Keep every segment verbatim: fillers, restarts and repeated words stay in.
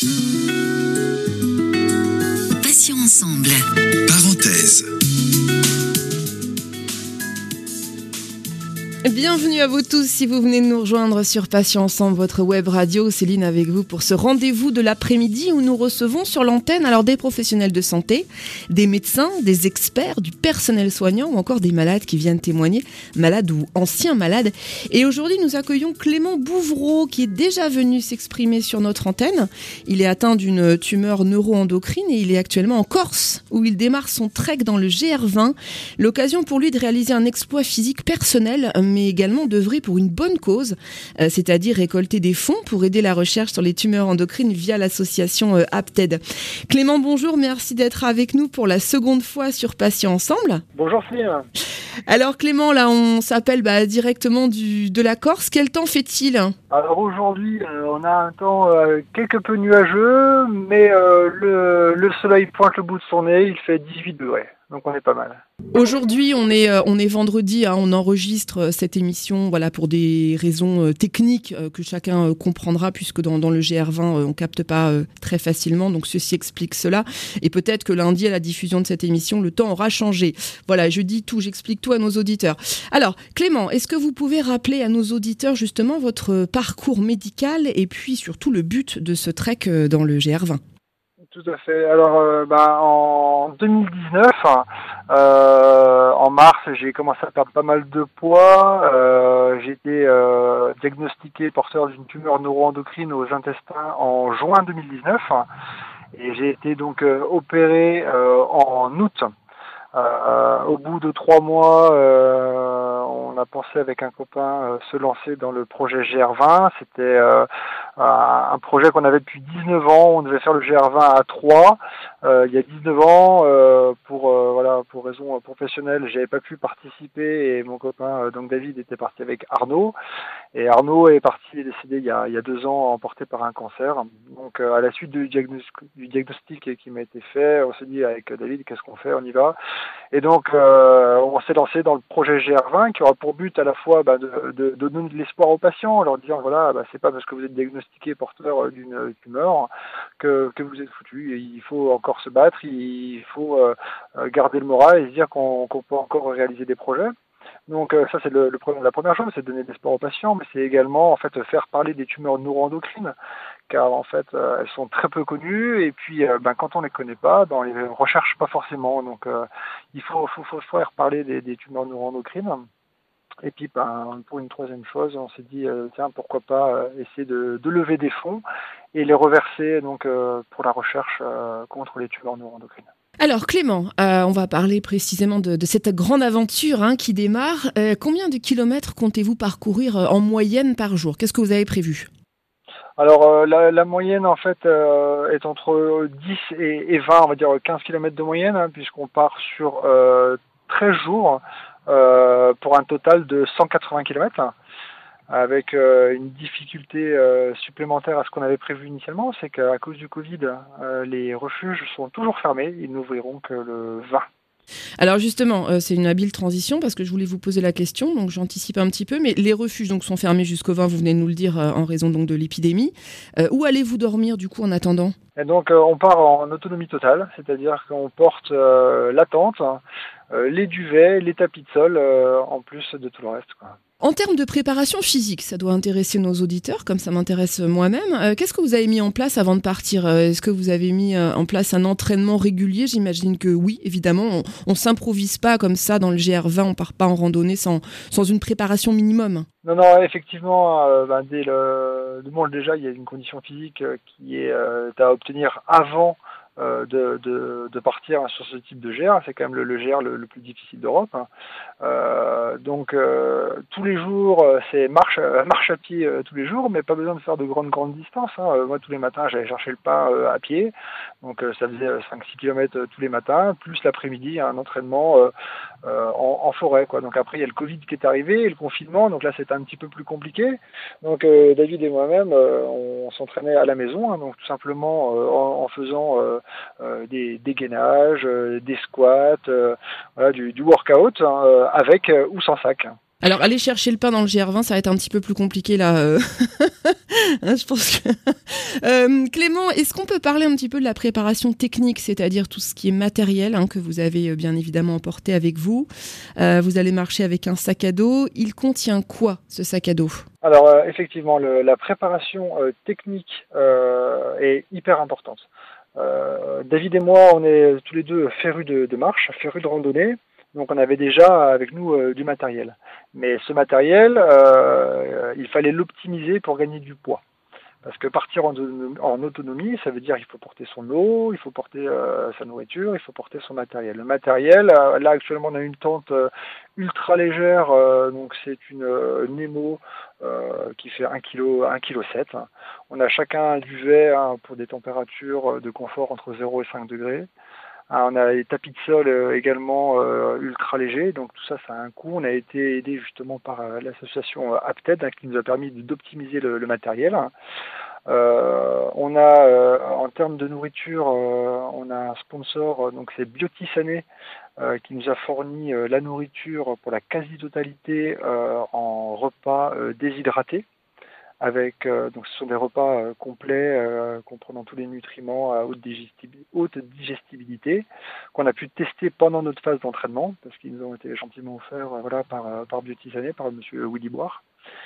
Passions ensemble. Parenthèse. Bienvenue à vous tous si vous venez de nous rejoindre sur Passions Ensemble, votre web radio. Céline avec vous pour ce rendez-vous de l'après-midi où nous recevons sur l'antenne alors des professionnels de santé, des médecins, des experts, du personnel soignant ou encore des malades qui viennent témoigner, malades ou anciens malades. Et aujourd'hui, nous accueillons Clément Bouvreau qui est déjà venu s'exprimer sur notre antenne. Il est atteint d'une tumeur neuro-endocrine et il est actuellement en Corse où il démarre son trek dans le G R vingt. L'occasion pour lui de réaliser un exploit physique personnel, mais également d'œuvrer pour une bonne cause, euh, c'est-à-dire récolter des fonds pour aider la recherche sur les tumeurs endocrines via l'association euh, APTED. Clément, bonjour, merci d'être avec nous pour la seconde fois sur Passions Ensemble. Bonjour Céline. Alors Clément, là on s'appelle bah, directement du, de la Corse. Quel temps fait-il ? Alors aujourd'hui, euh, on a un temps euh, quelque peu nuageux, mais euh, le, le soleil pointe le bout de son nez, il fait dix-huit degrés, donc on est pas mal. Aujourd'hui, on est, euh, on est vendredi, hein, on enregistre euh, cette émission voilà, pour des raisons euh, techniques euh, que chacun euh, comprendra, puisque dans, dans le G R vingt, euh, on ne capte pas euh, très facilement, donc ceci explique cela. Et peut-être que lundi, à la diffusion de cette émission, le temps aura changé. Voilà, je dis tout, j'explique tout à nos auditeurs. Alors, Clément, est-ce que vous pouvez rappeler à nos auditeurs justement votre parcours médical et puis surtout le but de ce trek euh, dans le G R vingt ? Tout à fait. Alors, euh, bah, en deux mille dix-neuf, euh, en mars, j'ai commencé à perdre pas mal de poids. Euh, j'ai été euh, diagnostiqué porteur d'une tumeur neuro-endocrine aux intestins en juin deux mille dix-neuf. Et j'ai été donc euh, opéré euh, en août. Euh, au bout de trois mois, euh, on a pensé avec un copain euh, se lancer dans le projet G R vingt. C'était euh, un projet qu'on avait depuis dix-neuf ans. On devait faire le G R vingt à trois. Euh, il y a dix-neuf ans, euh, pour euh, voilà, pour raisons professionnelles, j'avais pas pu participer et mon copain euh, donc David était parti avec Arnaud. Et Arnaud est parti, il est décédé il y a, il y a deux ans, emporté par un cancer. Donc euh, à la suite du diagnostic, du diagnostic qui m'a été fait, on s'est dit avec David, qu'est-ce qu'on fait ? On y va. Et donc euh, on s'est lancé dans le projet G R vingt qui aura pour but à la fois bah, de, de, de donner de l'espoir aux patients en leur disant voilà, bah, c'est pas parce que vous êtes diagnostiqué porteur d'une tumeur que, que vous êtes foutu. Il faut encore se battre, il faut euh, garder le moral et se dire qu'on, qu'on peut encore réaliser des projets. Donc euh, ça c'est le, le, la première chose, c'est de donner de l'espoir aux patients, mais c'est également en fait faire parler des tumeurs neuro-endocrines, car en fait euh, elles sont très peu connues et puis euh, ben, quand on les connaît pas, ben, on les recherche pas forcément. Donc euh, il faut, faut, faut faire parler des, des tumeurs neuro-endocrines. Et puis ben, pour une troisième chose, on s'est dit euh, tiens pourquoi pas euh, essayer de, de lever des fonds et les reverser donc euh, pour la recherche euh, contre les tumeurs neuro-endocrines. Alors Clément, euh, on va parler précisément de, de cette grande aventure hein, qui démarre. Euh, combien de kilomètres comptez-vous parcourir euh, en moyenne par jour ? Qu'est-ce que vous avez prévu ? Alors euh, la, la moyenne en fait euh, est entre dix et, et vingt, on va dire quinze kilomètres de moyenne, hein, puisqu'on part sur euh, treize jours euh, pour un total de cent quatre-vingts kilomètres. Avec euh, une difficulté euh, supplémentaire à ce qu'on avait prévu initialement, c'est qu'à cause du Covid, euh, les refuges sont toujours fermés, ils n'ouvriront que le vingt. Alors justement, euh, c'est une habile transition parce que je voulais vous poser la question, donc j'anticipe un petit peu, mais les refuges donc, sont fermés jusqu'au vingt, vous venez de nous le dire, euh, en raison donc, de l'épidémie. Euh, où allez-vous dormir du coup en attendant ? Et donc euh, on part en autonomie totale, c'est-à-dire qu'on porte euh, la tente, euh, les duvets, les tapis de sol, euh, en plus de tout le reste, quoi. En termes de préparation physique, ça doit intéresser nos auditeurs, comme ça m'intéresse moi-même. Euh, qu'est-ce que vous avez mis en place avant de partir ? euh, Est-ce que vous avez mis euh, en place un entraînement régulier ? J'imagine que oui, évidemment. On ne s'improvise pas comme ça dans le G R vingt, on ne part pas en randonnée sans, sans une préparation minimum. Non, non, effectivement, euh, ben, dès le, du moment déjà, il y a une condition physique euh, qui est euh, à obtenir avant euh, de, de, de partir hein, sur ce type de G R. C'est quand même le, le G R le, le plus difficile d'Europe. Hein. Euh, donc, euh, tous les jours, c'est marche, marche à pied euh, tous les jours, mais pas besoin de faire de grandes, grandes distances. Hein. Euh, moi, tous les matins, j'allais chercher le pain euh, à pied. Donc, euh, ça faisait cinq six kilomètres tous les matins, plus l'après-midi, un entraînement euh, euh, en, en forêt, quoi. Donc, après, il y a le Covid qui est arrivé et le confinement. Donc là, c'était un petit peu plus compliqué. Donc, euh, David et moi-même, euh, on, on s'entraînait à la maison. Hein, donc, tout simplement euh, en, en faisant euh, euh, des, des gainages, euh, des squats, euh, voilà, du, du workout, hein, avec euh, ou sans sac. Alors, aller chercher le pain dans le G R vingt, ça va être un petit peu plus compliqué là. Euh... je pense que... euh, Clément, est-ce qu'on peut parler un petit peu de la préparation technique, c'est-à-dire tout ce qui est matériel hein, que vous avez bien évidemment emporté avec vous. Euh, vous allez marcher avec un sac à dos. Il contient quoi, ce sac à dos ? Alors, euh, effectivement, le, la préparation euh, technique euh, est hyper importante. Euh, David et moi, on est tous les deux férus de, de marche, férus de randonnée. Donc on avait déjà avec nous euh, du matériel. Mais ce matériel, euh, il fallait l'optimiser pour gagner du poids. Parce que partir en, en autonomie, ça veut dire qu'il faut porter son eau, il faut porter euh, sa nourriture, il faut porter son matériel. Le matériel, euh, là actuellement on a une tente euh, ultra légère, euh, donc c'est une euh, Nemo euh, qui fait un kilo, un virgule sept kilos. On a chacun un duvet hein, pour des températures de confort entre zéro et cinq degrés. Ah, on a les tapis de sol euh, également euh, ultra légers, donc tout ça, ça a un coût. On a été aidé justement par euh, l'association euh, Apted hein, qui nous a permis d'optimiser le, le matériel. Euh, on a, euh, en termes de nourriture, euh, on a un sponsor, euh, donc c'est Biotissané, euh, qui nous a fourni euh, la nourriture pour la quasi-totalité euh, en repas euh, déshydratés. Avec euh, donc ce sont des repas euh, complets euh, comprenant tous les nutriments à haute, digestibilité, haute digestibilité qu'on a pu tester pendant notre phase d'entraînement parce qu'ils nous ont été gentiment offerts euh, voilà par euh, par Biotissané, par monsieur Willy Boire.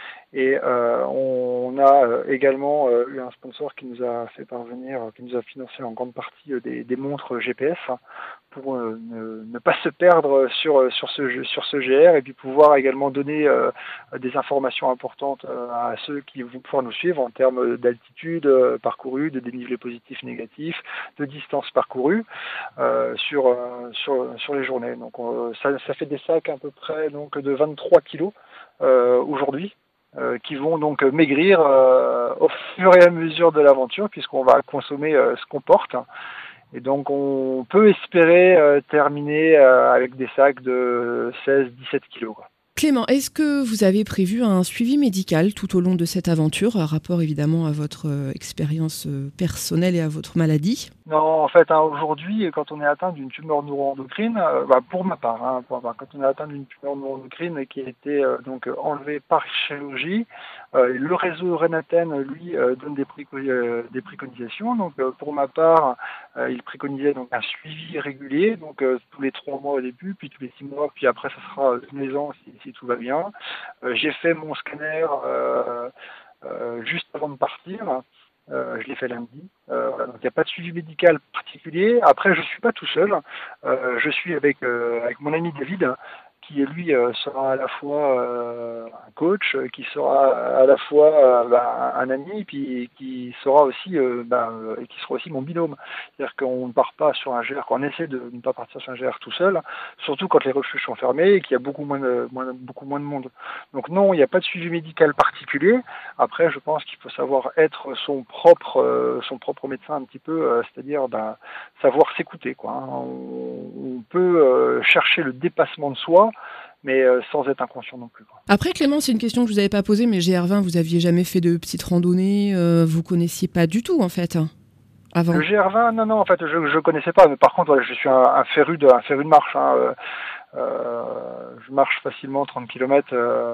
Et euh, on a euh, également euh, eu un sponsor qui nous a fait parvenir, qui nous a financé en grande partie euh, des, des montres G P S hein, pour euh, ne, ne pas se perdre sur sur ce sur ce G R et puis pouvoir également donner euh, des informations importantes euh, à ceux qui vont pouvoir nous suivre en termes d'altitude euh, parcourue, de dénivelé positif, négatif, de distance parcourue euh, sur euh, sur sur les journées. Donc on, ça ça fait des sacs à peu près donc de vingt-trois kilos euh, aujourd'hui. Euh, qui vont donc maigrir euh, au fur et à mesure de l'aventure puisqu'on va consommer euh, ce qu'on porte et donc on peut espérer euh, terminer euh, avec des sacs de seize à dix-sept kilos quoi. Clément, est-ce que vous avez prévu un suivi médical tout au long de cette aventure, un rapport évidemment à votre euh, expérience euh, personnelle et à votre maladie ? Non, en fait, hein, aujourd'hui, quand on est atteint d'une tumeur neuroendocrine, euh, bah, pour ma part, hein, pour, bah, quand on est atteint d'une tumeur neuroendocrine qui a été euh, donc enlevée par chirurgie, euh, le réseau Renaten, lui, euh, donne des, préco euh, des préconisations. Donc, euh, pour ma part, euh, il préconisait donc un suivi régulier, donc euh, tous les trois mois au début, puis tous les six mois, puis après, ça sera tous les ans si, si tout va bien. Euh, j'ai fait mon scanner euh, euh, juste avant de partir. Euh, je l'ai fait lundi. Euh, voilà, donc il n'y a pas de suivi médical particulier. Après, je suis pas tout seul. Euh, je suis avec euh, avec mon ami David, qui lui euh, sera à la fois euh, un coach, qui sera à la fois euh, bah, un ami, puis qui sera aussi euh, bah, et qui sera aussi mon binôme. C'est-à-dire qu'on ne part pas sur un G R, qu'on essaie de ne pas partir sur un G R tout seul, surtout quand les refuges sont fermés et qu'il y a beaucoup moins de moins, beaucoup moins de monde. Donc non, il n'y a pas de suivi médical particulier. Après, je pense qu'il faut savoir être son propre euh, son propre médecin un petit peu, euh, c'est-à-dire bah, savoir s'écouter, quoi. Hein. On, on peut euh, chercher le dépassement de soi, mais euh, sans être inconscient non plus, quoi. Après, Clément, c'est une question que je vous avais pas posée, mais G R vingt, vous aviez jamais fait de petites randonnées, euh, vous connaissiez pas du tout en fait avant. Le G R vingt, non, non, en fait, je je connaissais pas, mais par contre, voilà, je suis un, un féru de un féru de marche. Hein, euh, euh, je marche facilement trente kilomètres. Euh,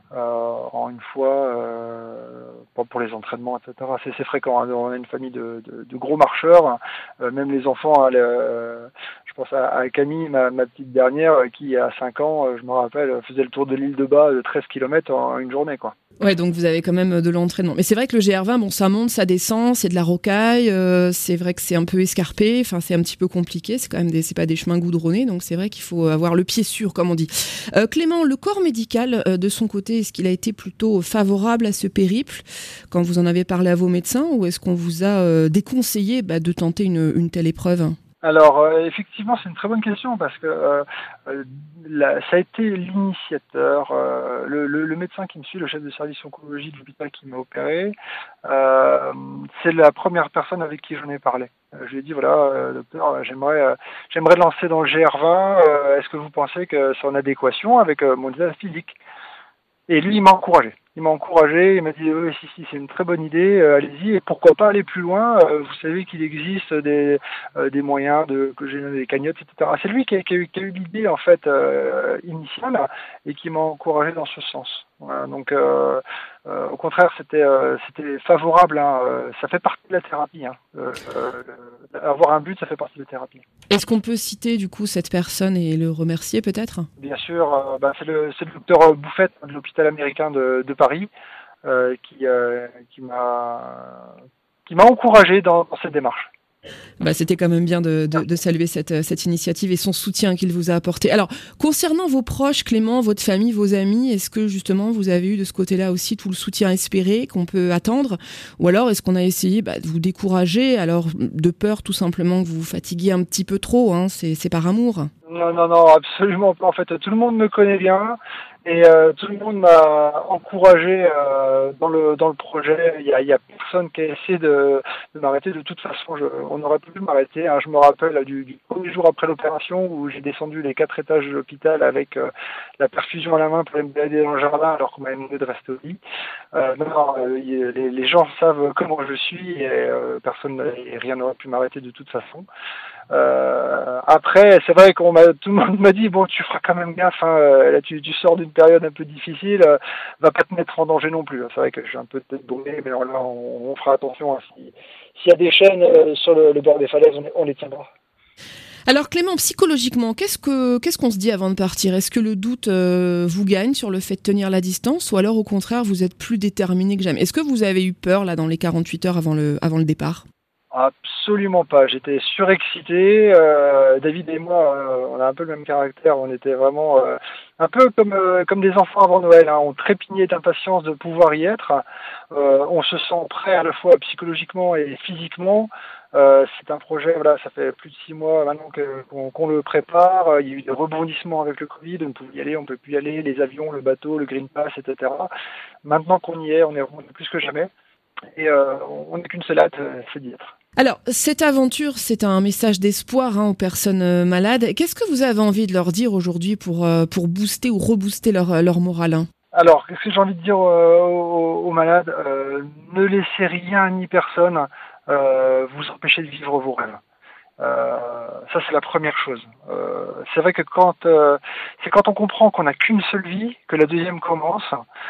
Euh, en une fois euh, pour, pour les entraînements, et cetera. C'est, c'est fréquent. Hein. On a une famille de, de, de gros marcheurs, euh, même les enfants. Hein, les, euh, je pense à, à Camille, ma, ma petite dernière, qui à cinq ans, euh, je me rappelle, faisait le tour de l'île de Bas de treize kilomètres en une journée, quoi. Ouais, donc vous avez quand même de l'entraînement. Mais c'est vrai que le G R vingt, bon, ça monte, ça descend, c'est de la rocaille, euh, c'est vrai que c'est un peu escarpé, enfin c'est un petit peu compliqué, c'est quand même des, c'est pas des chemins goudronnés, donc c'est vrai qu'il faut avoir le pied sûr, comme on dit. Euh, Clément, le corps médical, euh, de son côté, est-ce qu'il a été plutôt favorable à ce périple quand vous en avez parlé à vos médecins, ou est-ce qu'on vous a euh, déconseillé bah, de tenter une, une telle épreuve ? Alors euh, effectivement, c'est une très bonne question parce que euh, la, ça a été l'initiateur, euh, le, le, le médecin qui me suit, le chef de service oncologie de l'hôpital qui m'a opéré, euh, c'est la première personne avec qui j'en ai parlé. Euh, je lui ai dit voilà, euh, docteur, j'aimerais euh, j'aimerais lancer dans le G R vingt. Euh, est-ce que vous pensez que c'est en adéquation avec euh, mon état physique ? Et lui, il m'a encouragé. il m'a encouragé, il m'a dit oui, si, si, c'est une très bonne idée, euh, allez-y, et pourquoi pas aller plus loin, euh, vous savez qu'il existe des, euh, des moyens de que j'ai des cagnottes, et cetera. C'est lui qui a, qui a eu, qui a eu l'idée en fait euh, initiale et qui m'a encouragé dans ce sens. Voilà, donc euh, euh, au contraire, c'était euh, c'était favorable, hein, euh, ça fait partie de la thérapie. Hein. Euh, euh, avoir un but, ça fait partie de la thérapie. Est-ce qu'on peut citer du coup cette personne et le remercier peut-être ? Bien sûr, euh, bah, c'est le, c'est le docteur Bouffette de l'hôpital américain de, de Paris euh, qui, euh, qui m'a qui m'a encouragé dans, dans cette démarche. Bah, c'était quand même bien de, de, de saluer cette, cette initiative et son soutien qu'il vous a apporté. Alors, concernant vos proches, Clément, votre famille, vos amis, est-ce que justement vous avez eu de ce côté-là aussi tout le soutien espéré qu'on peut attendre ? Ou alors est-ce qu'on a essayé bah, de vous décourager, alors de peur tout simplement que vous vous fatiguiez un petit peu trop, hein, c'est, c'est par amour ? Non, non, non, absolument pas. En fait, tout le monde me connaît bien et euh, tout le monde m'a encouragé euh, dans le dans le projet. Il y a, il y a personne qui a essayé de, de m'arrêter. De toute façon, je, on aurait pu m'arrêter. Hein. Je me rappelle du, du premier jour après l'opération où j'ai descendu les quatre étages de l'hôpital avec euh, la perfusion à la main pour aller me balader dans le jardin alors qu'on m'avait demandé de rester au lit. Euh, non, non, euh, les, les gens savent comment je suis et euh, personne et rien n'aurait pu m'arrêter de toute façon. Euh, après, c'est vrai qu'on m'a, tout le monde m'a dit bon, tu feras quand même gaffe. Hein, là, tu, tu sors d'une période un peu difficile, euh, va pas te mettre en danger non plus. C'est vrai que je suis un peu tête brûlée, mais là, on, on fera attention. Hein, si, s'il y a des chaînes euh, sur le, le bord des falaises, on, on les tiendra. Alors Clément, psychologiquement, qu'est-ce que qu'est-ce qu'on se dit avant de partir ? Est-ce que le doute euh, vous gagne sur le fait de tenir la distance, ou alors au contraire vous êtes plus déterminé que jamais ? Est-ce que vous avez eu peur là dans les quarante-huit heures avant le avant le départ ? Absolument pas. J'étais surexcité. Euh, David et moi, euh, on a un peu le même caractère. On était vraiment euh, un peu comme euh, comme des enfants avant Noël. Hein. On trépignait d'impatience de pouvoir y être. Euh, on se sent prêt à la fois psychologiquement et physiquement. Euh, c'est un projet. Voilà, ça fait plus de six mois maintenant que, qu'on, qu'on le prépare. Il y a eu des rebondissements avec le Covid. On peut y aller, on peut plus y aller. Les avions, le bateau, le Green Pass, et cetera. Maintenant qu'on y est, on est remonté plus que jamais. Et euh, on n'est qu'une seule hâte, c'est d'y être. Alors, cette aventure, c'est un message d'espoir hein, aux personnes euh, malades. Qu'est-ce que vous avez envie de leur dire aujourd'hui pour, euh, pour booster ou rebooster leur, leur moral hein ? Alors, qu'est-ce que j'ai envie de dire euh, aux, aux malades euh, ne laissez rien ni personne euh, vous empêcher de vivre vos rêves. Euh, ça, c'est la première chose. Euh, c'est vrai que quand euh, c'est quand on comprend qu'on n'a qu'une seule vie que la deuxième commence,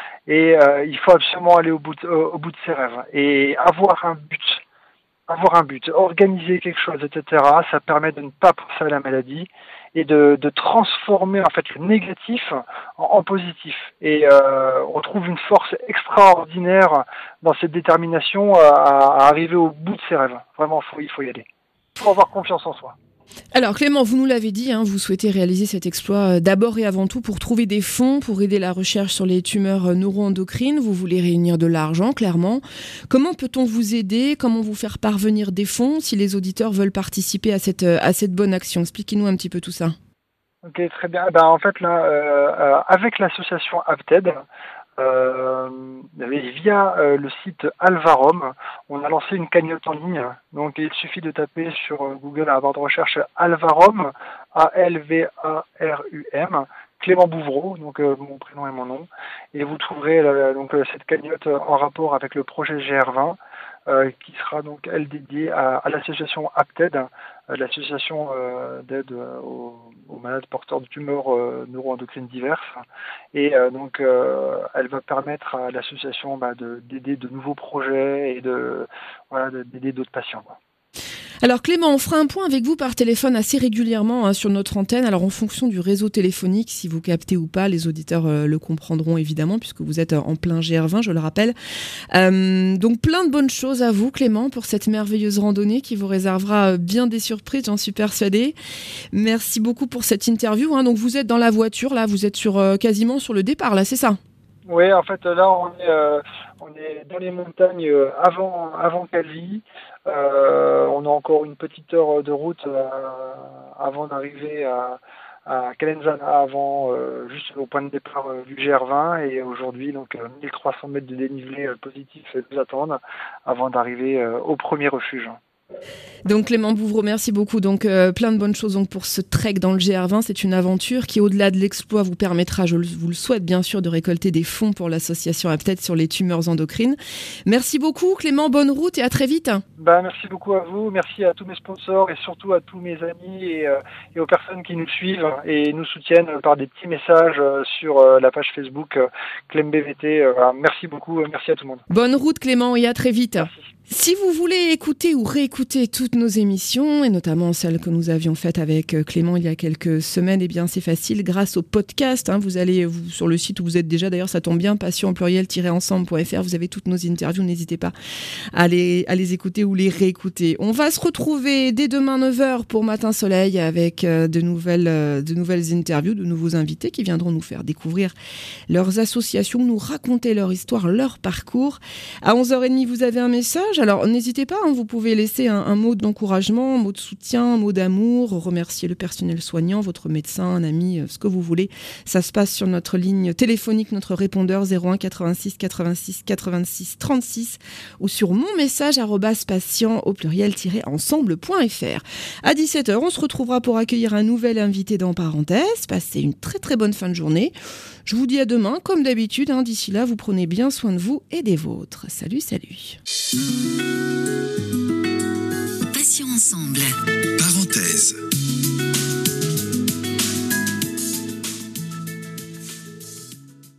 et euh, il faut absolument aller au bout de, au bout de ses rêves et avoir un but. Avoir un but, organiser quelque chose, et cetera. Ça permet de ne pas penser à la maladie et de, de transformer en fait le négatif en, en positif. Et euh, on trouve une force extraordinaire dans cette détermination à, à arriver au bout de ses rêves. Vraiment, faut, il faut y aller. Il faut avoir confiance en soi. Alors Clément, vous nous l'avez dit, hein, vous souhaitez réaliser cet exploit euh, d'abord et avant tout pour trouver des fonds, pour aider la recherche sur les tumeurs euh, neuroendocrines. Vous voulez réunir de l'argent, clairement. Comment peut-on vous aider ? Comment vous faire parvenir des fonds si les auditeurs veulent participer à cette, euh, à cette bonne action ? Expliquez-nous un petit peu tout ça. Ok, très bien. Ben, en fait, là, euh, euh, avec l'association Apted, Euh, via euh, le site Alvarum, on a lancé une cagnotte en ligne. Donc il suffit de taper sur euh, Google à la barre de recherche Alvarum, A L V A R U M, Clément Bouvreau, donc euh, mon prénom et mon nom, et vous trouverez euh, donc euh, cette cagnotte en rapport avec le projet G R vingt. Euh, qui sera donc elle dédiée à, à l'association Apted, euh, l'association euh, d'aide euh, aux, aux malades porteurs de tumeurs euh, neuroendocrines diverses. Et euh, donc euh, elle va permettre à l'association bah, de, d'aider de nouveaux projets et de voilà, d'aider d'autres patients. Quoi. Alors Clément, on fera un point avec vous par téléphone assez régulièrement hein, sur notre antenne. Alors en fonction du réseau téléphonique, si vous captez ou pas, les auditeurs euh, le comprendront évidemment puisque vous êtes en plein G R vingt, je le rappelle. Euh, donc plein de bonnes choses à vous Clément pour cette merveilleuse randonnée qui vous réservera bien des surprises, j'en suis persuadée. Merci beaucoup pour cette interview. Hein. Donc vous êtes dans la voiture, là, vous êtes sur euh, quasiment sur le départ, là, c'est ça ? Oui, en fait, là, on est, euh, on est dans les montagnes euh, avant, avant Calvi. Euh, on a encore une petite heure de route euh, avant d'arriver à, à Calenzana, avant, euh, juste au point de départ euh, du G R vingt. Et aujourd'hui, donc, euh, mille trois cents mètres de dénivelé euh, positif nous attendent avant d'arriver euh, au premier refuge. Donc Clément Bouvreau, merci beaucoup. Donc euh, plein de bonnes choses donc, pour ce trek dans le G R vingt. C'est une aventure qui, au-delà de l'exploit, vous permettra, je vous le souhaite bien sûr, de récolter des fonds pour l'association APTED sur les tumeurs endocrines. Merci beaucoup Clément, bonne route et à très vite. Bah, merci beaucoup à vous, merci à tous mes sponsors et surtout à tous mes amis et, euh, et aux personnes qui nous suivent et nous soutiennent par des petits messages euh, sur euh, la page Facebook euh, Clem B V T. Euh, voilà. Merci beaucoup, euh, merci à tout le monde. Bonne route Clément et à très vite. Merci. Si vous voulez écouter ou réécouter toutes nos émissions, et notamment celles que nous avions faites avec Clément il y a quelques semaines, eh bien c'est facile, grâce au podcast. Hein, vous allez vous, sur le site où vous êtes déjà, d'ailleurs ça tombe bien, passion au pluriel tiret ensemble point f r, vous avez toutes nos interviews, n'hésitez pas à les, à les écouter ou les réécouter. On va se retrouver dès demain neuf heures pour Matin Soleil avec euh, de, nouvelles, euh, de nouvelles interviews, de nouveaux invités qui viendront nous faire découvrir leurs associations, nous raconter leur histoire, leur parcours. À onze heures trente, vous avez un message. Alors, n'hésitez pas, hein, vous pouvez laisser un, un mot d'encouragement, un mot de soutien, un mot d'amour, remercier le personnel soignant, votre médecin, un ami, ce que vous voulez. Ça se passe sur notre ligne téléphonique, notre répondeur zéro un quatre-vingt-six quatre-vingt-six quatre-vingt-six trente-six ou sur mon message arobase patient au pluriel tiret ensemble point f r. À dix-sept heures, on se retrouvera pour accueillir un nouvel invité dans Parenthèse. Passez une très très bonne fin de journée. Je vous dis à demain, comme d'habitude. Hein, d'ici là, vous prenez bien soin de vous et des vôtres. Salut, salut. Passions ensemble. Parenthèse.